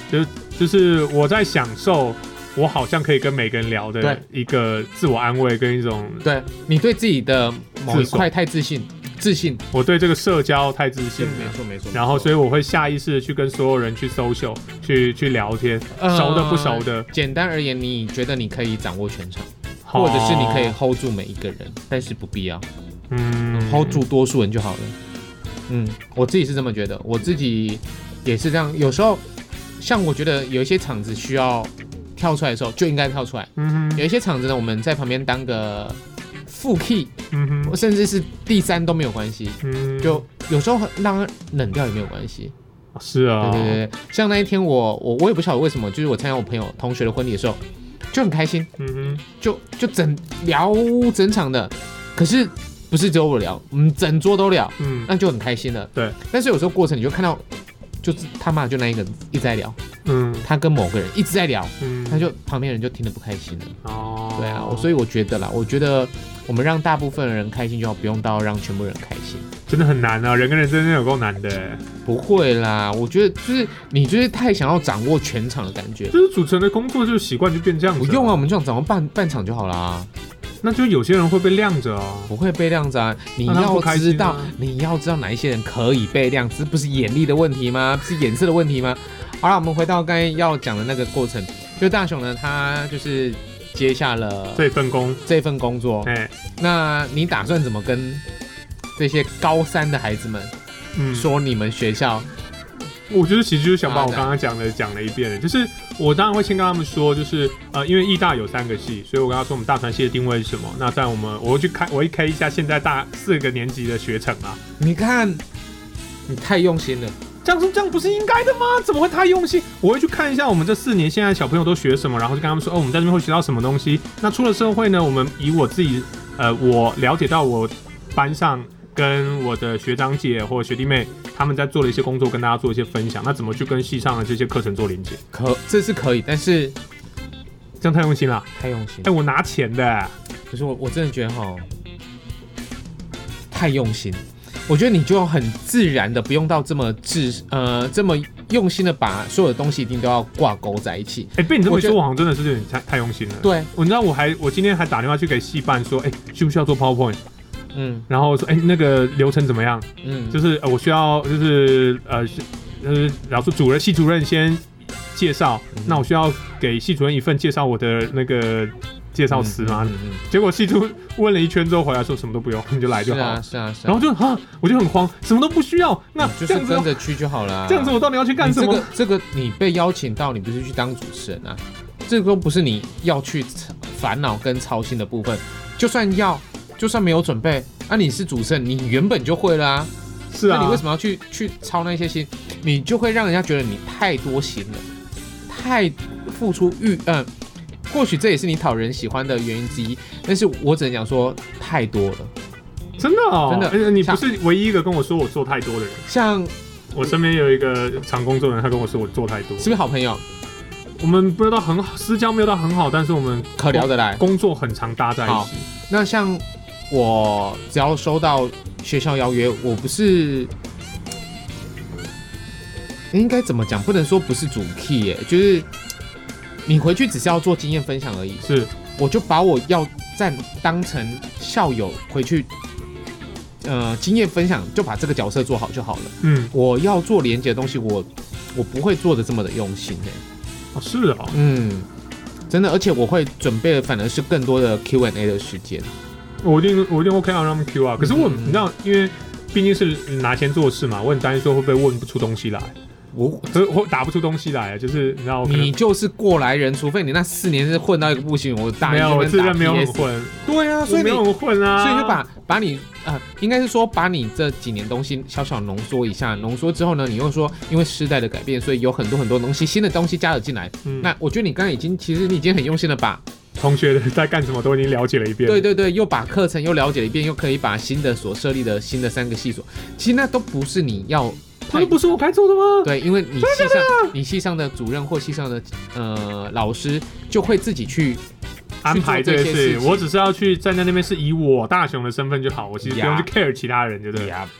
就就是我在享受。我好像可以跟每个人聊的一个自我安慰跟一种， 对你对自己的某一块太自信，自信， 我对这个社交太自信了， 没错没错。 然后所以我会下意识的去跟所有人去 social， 去去聊天，呃、熟的不熟的。 简单而言，你觉得你可以掌握全场，或者是你可以 hold 住每一个人，但是不必要，嗯 ，hold 住多数人就好了。嗯，我自己是这么觉得，我自己也是这样。有时候，像我觉得有一些场子需要。跳出来的时候就应该跳出来，嗯、有一些场子呢，我们在旁边当个副 key，嗯、甚至是第三都没有关系，嗯、就有时候让它冷掉也没有关系。 是啊， 对对对，像那一天我我我也不晓得为什么，就是我参加我朋友同学的婚礼的时候就很开心，嗯、就就整聊整场的，可是不是只有我聊，嗯，整桌都聊，嗯，那就很开心了。 对， 但是有时候过程你就看到，就是他妈就那一个人一直在聊。嗯，他跟某个人一直在聊，嗯，他就旁边人就听得不开心了。哦，对啊，所以我觉得啦，我觉得我们让大部分的人开心就好，不用到让全部人开心。 真的很难啊，人跟人真的有够难的。 不会啦，我觉得就是你就是太想要掌握全场的感觉。 就是主持人的工作就是习惯就变这样子。 不用啊，我们这样掌握半半场就好啦。 那就有些人会被晾着啊， 不会被晾着啊。你要知道，啊、你要知道哪一些人可以被晾，这不是眼力的问题吗？不是眼色的问题吗？好了，我们回到刚才要讲的那个过程，就大雄呢，他就是接下了这份工这份工作。哎，那你打算怎么跟这些高三的孩子们、嗯、说你们学校？ 我觉得其实就是想把我刚刚讲的讲了一遍，就是我当然会先跟他们说，就是呃，因为艺大有三个系，所以我跟他说我们大传系的定位是什么。那在我们我会去开，我会 K 一下现在大四个年级的学程啊。 你看，你太用心了。 这样说这样不是应该的吗？怎么会太用心？我会去看一下我们这四年现在小朋友都学什么，然后就跟他们说，哦，我们在这边会学到什么东西。那出了社会呢，我们以我自己，呃，我了解到我班上跟我的学长姐或学弟妹他们在做的一些工作，跟大家做一些分享。那怎么去跟系上的这些课程做连接？ 可这是可以，但是这样太用心了， 太用心。 哎、欸，我拿钱的， 可是我我真的觉得哈，太用心。我觉得你就很自然的，不用到这么自呃这么用心的把所有的东西一定都要挂钩在一起。 哎、欸，被你这么说，我好像真的是有点太太用心了。 对， 我你知道我还我今天还打电话去给系办说，哎、欸，需不需要做 PowerPoint？ 嗯，然后说，哎、欸，那个流程怎么样？嗯，就是、呃、我需要就是呃就是老师主任系主任先介绍，嗯、那我需要给系主任一份介绍我的那个。介绍词吗？嗯嗯嗯、结果系主问了一圈之后回来说什么都不用，你就来就好。是啊是啊是啊。 然后就哈，我就很慌，什么都不需要。那就是跟着去就好了。 这样子我到底要去干什么？ 这个这个你被邀请到，你不是去当主持人啊？这个都不是你要去烦恼跟操心的部分。就算要，就算没有准备，啊，你是主持人，你原本就会啦、啊。 是啊。 那你为什么要去去操那些心？你就会让人家觉得你太多心了，太付出欲嗯。呃或许这也是你讨人喜欢的原因之一，但是我只能讲说太多了， 真的哦， 真的， 欸、你不是唯一一个跟我说我做太多的人。 像我身边有一个常工作的人，他跟我说我做太多， 是不是好朋友？ 我们不知道很好，私交没有到很好，但是我们可聊得来， 工作很常搭在一起。 那像我只要收到学校邀约，我不是应该怎么讲？不能说不是主 key 耶，就是。你回去只是要做经验分享而已， 是， 我就把我要再当成校友回去，呃，经验分享就把这个角色做好就好了。嗯，我要做连结的东西，我我不会做的这么的用心哎。 哦，是啊、哦， 嗯，真的，而且我会准备的反而是更多的 Q and A 的时间。 我一定我一定 OK 啊，让他们 Q 啊。可是我、嗯、你知道，因为毕竟是拿钱做事嘛，我很担心说会不会问不出东西来。我我打不出东西来，就是你知道， 你就是过来人，除非你那四年是混到一个不行，我大一就跟打 P S。没有，我自认没有很混。 对啊，所以你没有很混啊， 所以就把把你呃，应该是说把你这几年东西小小浓缩一下，浓缩之后呢，你又说因为时代的改变，所以有很多很多东西新的东西加了进来。嗯、那我觉得你刚才已经其实你已经很用心的把同学在干什么都已经了解了一遍。 对对对，又把课程又了解了一遍，又可以把新的所设立的新的三个系所，其实那都不是你要。 那不是我该做的吗？ 对，因为你系上你系上的主任或系上的呃老师就会自己去安排这些事，我只是要去站在那边是以我大雄的身份就好，我其实不用去 care 其他人，对不对？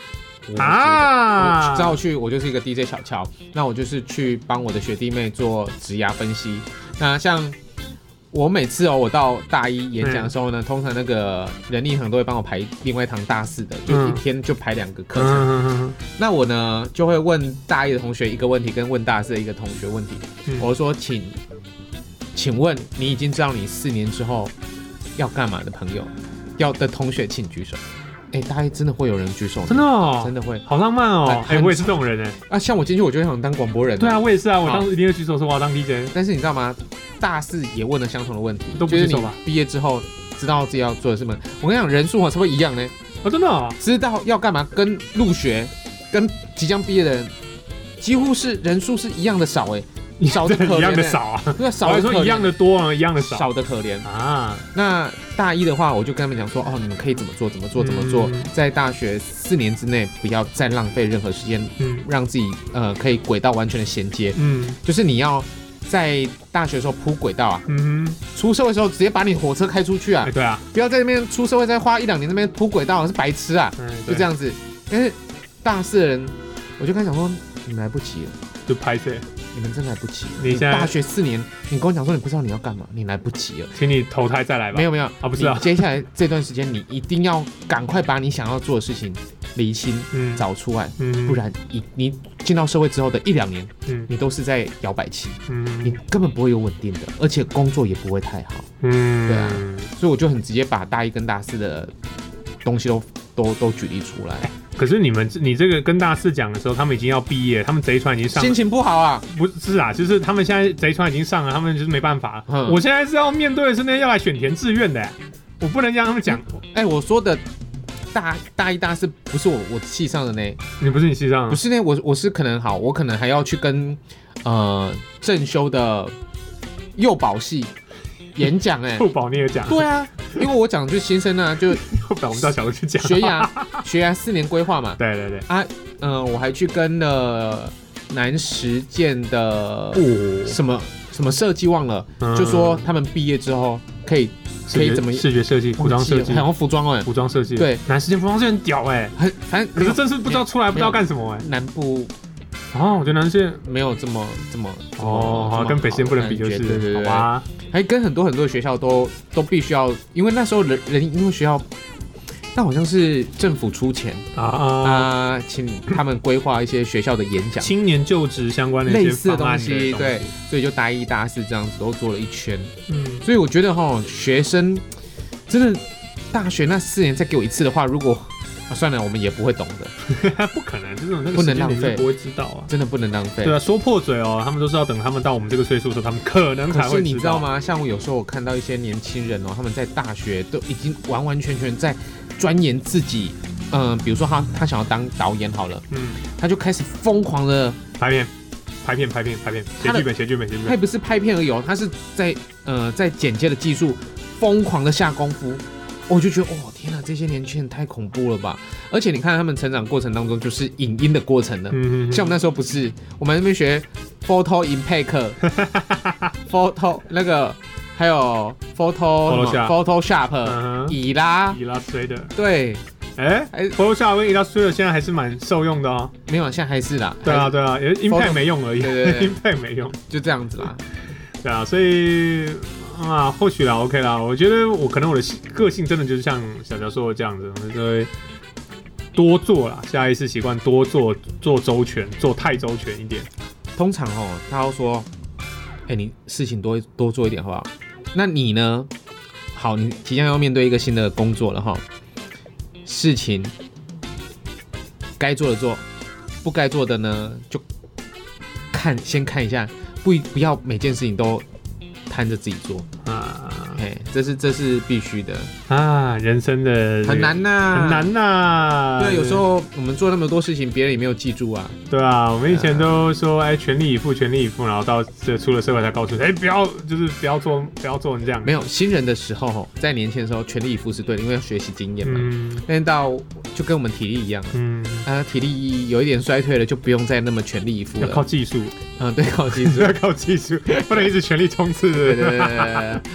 啊，之后去我就是一个 D J 小乔，那我就是去帮我的学弟妹做职涯分析。那像我每次哦，我到大一演讲的时候呢，嗯、通常那个人力行都会帮我排另外一堂大四的，就一天就排两个课程。嗯、那我呢就会问大一的同学一个问题，跟问大四的一个同学问题。嗯、我说，请，请问你已经知道你四年之后要干嘛的朋友，要的同学请举手。哎、欸，大一真的会有人举手， 真的哦， 真的会， 好浪漫哦。哎、欸，我也是这种人哎。 啊，像我进去，我就想当广播人。 对啊，我也是啊，我当时一定会举手说我要当 D J。 但是你知道吗？大四也问了相同的问题， 都不举手吧？ 毕业之后知道自己要做的是什么？我跟你讲，人数差不多一样呢。 哦，真的、哦？ 知道要干嘛？跟入学、跟即将毕业的人，几乎是人数是一样的少哎。你少的可怜、欸， 一样的少啊， 对，少的可怜， 说一样的多啊，一样的少， 少的可怜啊。 那大一的话，我就跟他们讲说，哦，你们可以怎么做，怎么做，怎么做，嗯、在大学四年之内，不要再浪费任何时间，嗯，让自己呃可以轨道完全的衔接，嗯，就是你要在大学的时候铺轨道啊，嗯哼，出社会的时候直接把你火车开出去啊， 欸、对啊， 不要在那边出社会再花一两年那边铺轨道，是白痴啊，嗯、就这样子。但是大四的人，我就跟他讲说，你们来不及了， 就拍摄。 你们真来不及！ 你现在大学四年，你跟我讲说你不知道你要干嘛，你来不及了， 请你投胎再来吧。 没有没有啊，不是啊， 接下来这段时间你一定要赶快把你想要做的事情理清、嗯、找出来，嗯、不然你你进到社会之后的一两年，嗯、你都是在摇摆期，嗯、你根本不会有稳定的，而且工作也不会太好，嗯，对啊，所以我就很直接把大一跟大四的东西都都都举例出来。 可是你们，你这个跟大四讲的时候，他们已经要毕业，他们贼船已经上了， 心情不好啊？ 不是啊，就是他们现在贼船已经上了，他们就是没办法。嗯、我现在是要面对的是那些要来选填志愿的，我不能让他们讲。 哎、欸，我说的大大一大四不是我我系上的呢？ 你不是你系上的？ 不是呢，我我是可能好，我可能还要去跟呃正修的幼保系演讲哎， 幼保你也讲？ 对啊，因为我讲就是新生啊，就幼保我们到小学去讲学涯学涯四年规划嘛。 对对对啊，嗯、呃，我还去跟了南实践的哦什么什么设计忘了，嗯、就说他们毕业之后可以可以怎么视觉设计、服装设计， 好像服装哎、欸， 服装设计对， 南实践服装设计很屌哎、欸， 很反正可是真是不知道出来不知道干什么哎、欸， 南部。 哦，我觉得南实践没有这么这么哦，好，跟北实践不能比就是， 对对对， 好吧。 还跟很多很多的学校都都必须要，因为那时候人人因为学校，那好像是政府出钱啊啊，请他们规划一些学校的演讲， 青年就职相关的一些类似的东西， 对，所以就大一大四这样子都做了一圈，嗯，所以我觉得哈，学生真的大学那四年再给我一次的话，如果啊，算了，我们也不会懂的， 不可能，这种那个不能浪费， 不会知道啊， 真的不能浪费。 对啊，说破嘴哦，他们都是要等他们到我们这个岁数的时候，他们可能才会知道。 可是你知道吗？像我有时候我看到一些年轻人哦，他们在大学都已经完完全全在钻研自己，嗯、呃，比如说他他想要当导演好了，嗯，他就开始疯狂的拍片，拍片，拍片，拍片，写剧本，写剧本，写剧本。 他也不是拍片而已哦，他是在呃在剪接的技术疯狂的下功夫。我就觉得，哦，天哪，这些年轻人太恐怖了吧！而且你看他们成长过程当中，就是影音的过程了。嗯、像我们那时候不是，我们那边学 Photo Impact、Photo 那个，还有 Photo Photoshop、以拉、 以拉吹的。 对， 哎、欸、，Photoshop 跟以拉吹的现在还是蛮受用的哦。 没有，现在还是啦。 对啊，对啊，也 Impact 没用而已。 对对对 ，Impact 没用， 就这样子啦。 对啊，所以。啊，或许啦 ，OK 啦，我觉得我可能我的个性真的就是像小乔说的这样子，我就会多做啦，下意识习惯多做，做周全，做太周全一点。 通常哦，他都说，哎、欸，你事情多多做一点好不好？那你呢？好，你即将要面对一个新的工作了哈，事情该做的做，不该做的呢就看先看一下，不不要每件事情都。摊着自己做啊，哎，这是这是必须的啊，人生的很难呐、啊， 很难呐、啊。 对，有时候我们做那么多事情，别人也没有记住啊。 对啊，我们以前都说，哎、欸，全力以赴，全力以赴，然后到这出了社会才告诉你，哎、欸，不要，就是不要做，不要做成这样。 没有新人的时候，在年轻的时候，全力以赴是对的，因为要学习经验嘛。嗯。但是到就跟我们体力一样，嗯，啊，体力有一点衰退了，就不用再那么全力以赴了， 要靠技术。 嗯，对，靠技术， 要靠技术，不能一直全力冲刺。 对对对对对。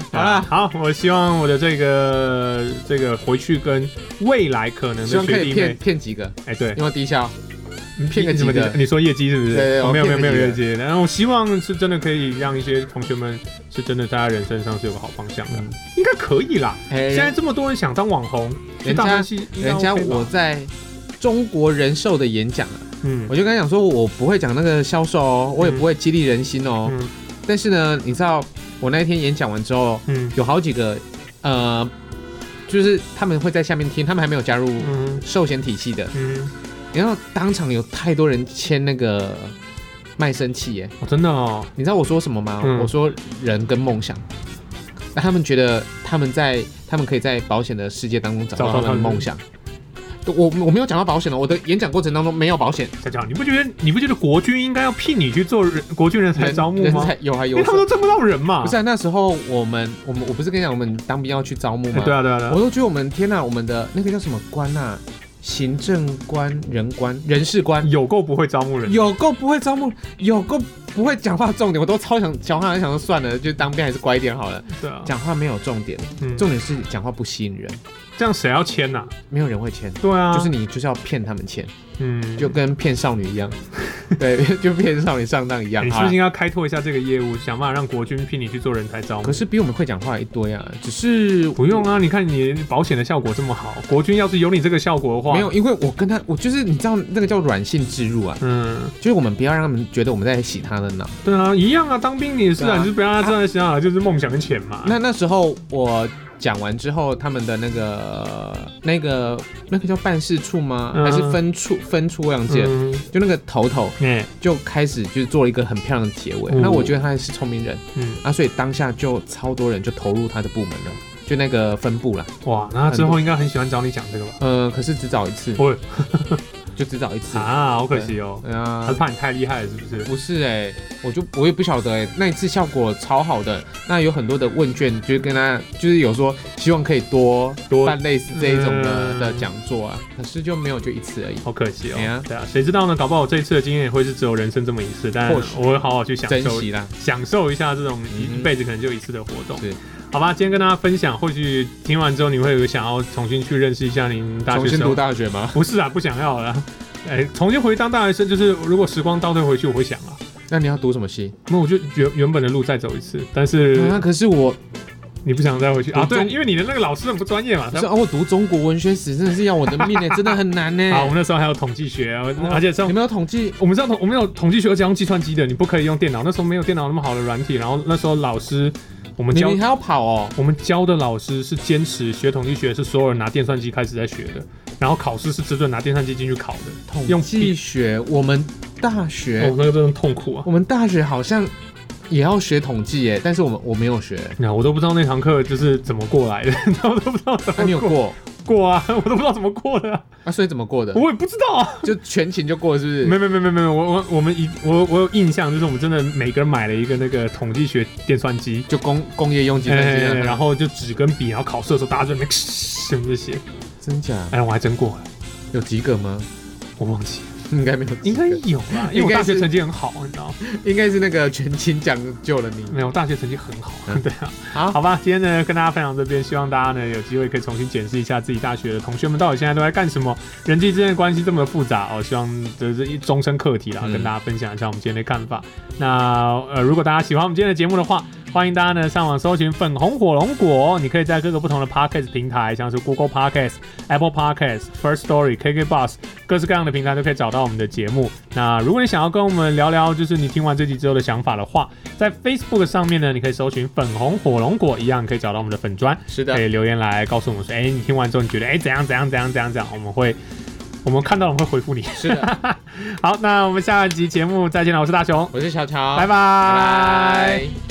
好了， 好，我希望我的这个这个回去跟未来可能的学弟妹，希望可以骗骗几个， 哎、欸，对， 有没有低消？骗个几个？ 你说业绩是不是？ 对对， 哦、没有没有没有业绩。然后我希望是真的可以让一些同学们是真的在人生上是有个好方向的，嗯、应该可以啦。现在这么多人想当网红， 人家人家我在中国人寿的演讲啊，嗯，我就跟他讲说，我不会讲那个销售哦，我也不会激励人心哦。嗯、但是呢，你知道我那一天演讲完之后，嗯，有好几个呃，就是他们会在下面听，他们还没有加入寿险体系的，嗯。然后当场有太多人签那个卖身契耶、 哦，真的哦！ 你知道我说什么吗？嗯、我说人跟梦想，那他们觉得他们在他们可以在保险的世界当中找到他们的梦想。我我没有讲到保险了，我的演讲过程当中没有保险。 再讲，你不觉得你不觉得国军应该要聘你去做人国军人才招募吗？ 有还有， 因为他们都挣不到人嘛。 不是、啊，那时候我们我们我不是跟你讲，我们当兵要去招募吗？ 欸、对啊对啊对啊！ 我都觉得我们天哪，我们的那个叫什么官啊？行政官、人官、人事官， 有够不会招募人， 有够不会招募，有够不会讲话重点，我都超想讲话，想说算了，就当兵还是乖一点好了。 对啊， 讲话没有重点，嗯、重点是讲话不吸引人。 这样谁要签呐、啊？ 没有人会签。 对啊， 就是你就是要骗他们签，嗯，就跟骗少女一样，对，就骗少女上当一样。 你是不是应该开拓一下这个业务，想办法让国军聘你去做人才招募？ 可是比我们会讲话一堆啊，只是不用啊。你看你保险的效果这么好，国军要是有你这个效果的话， 没有，因为我跟他，我就是你知道那个叫软性置入啊，嗯，就是我们不要让他们觉得我们在洗他的脑。 对啊，一样啊，当兵你也是啊，啊你就不要让他真的想啊，就是梦想跟钱嘛。 那那时候我。讲完之后，他们的那个、那个、那个叫办事处吗？嗯、还是分处？分处我忘记了。嗯、就那个头头，嗯、就开始就是做了一个很漂亮的结尾。嗯、那我觉得他是聪明人，嗯啊，所以当下就超多人就投入他的部门了，就那个分部啦。 哇，那他之后应该很喜欢找你讲这个吧？ 呃，可是只找一次。就只找一次啊，好可惜哦。啊，他是怕你太厉害了，是不是？ 不是哎、欸，我就我也不晓得哎、欸，那一次效果超好的。那有很多的问卷，就是跟他就是有说希望可以多多办类似这一种的、嗯、的讲座啊，可是就没有就一次而已， 好可惜哦。啊对啊，谁知道呢？搞不好这一次的经验也会是只有人生这么一次，但我会好好去享受珍惜啦， 享受一下这种一辈子可能就一次的活动。是。好吧，今天跟大家分享，或许听完之后你会有想要重新去认识一下您大学生， 重新读大学吗？ 不是啊，不想要了。哎、欸，重新回当大学生，就是如果时光倒退回去，我会想啊。 那你要读什么系？ 那我就原原本的路再走一次，但是啊，可是我， 你不想再回去啊？对，因为你的那个老师很不专业嘛。 是啊，我读中国文学史真的是要我的命哎，真的很难呢。 啊，我们那时候还有统计学，而且你们有统计， 我们知道统我们有统计学，而且用计算机的，你不可以用电脑。那时候没有电脑那么好的软体，然后那时候老师。我们教你还要跑哦。 我们教的老师是坚持学统计学，是所有人拿电算机开始在学的，然后考试是只准拿电算机进去考的。 统计学，我们大学， 哦，那个真的痛苦啊。 我们大学好像也要学统计耶，但是我们我没有学。 那我都不知道那堂课就是怎么过来的，我都不知道怎么过。 啊、你有过？ 过啊，我都不知道怎么过的啊。 啊，所以怎么过的？ 我也不知道啊， 就全勤就过了，是不是？ 没没没没没，我我我们一我我有印象，就是我们真的每个人买了一个那个统计学电算机， 就工工业用计算机、欸， 然后就纸跟笔，然后考试的时候大家就在那边就写。 真假？ 哎，我还真过了。 有及格吗？ 我忘记了。 应该没有， 应该有啦，因为我大学成绩很好，你知道， 应该是那个全勤奖救了你。 没有，大学成绩很好，嗯、对啊。好，好吧，今天呢跟大家分享这边，希望大家呢有机会可以重新检视一下自己大学的同学们到底现在都在干什么，人际之间的关系这么的复杂哦，希望这是一终身课题啦，嗯、跟大家分享一下我们今天的看法。那呃，如果大家喜欢我们今天的节目的话，欢迎大家呢上网搜寻粉红火龙果，你可以在各个不同的 Podcast 平台，像是 Google Podcast、Apple Podcast、First Story、K K Bus 各式各样的平台都可以找到我们的节目。那如果你想要跟我们聊聊，就是你听完这集之后的想法的话，在 Facebook 上面呢，你可以搜寻粉红火龙果，一样可以找到我们的粉专， 是的， 可以留言来告诉我们说，哎、欸，你听完之后你觉得，哎、欸，怎样怎样怎样怎样怎样，我们会。我们看到了，我们会回复你。 是的， 好，那我们下一集节目再见了。我是大雄， 我是小乔， 拜拜。 拜拜。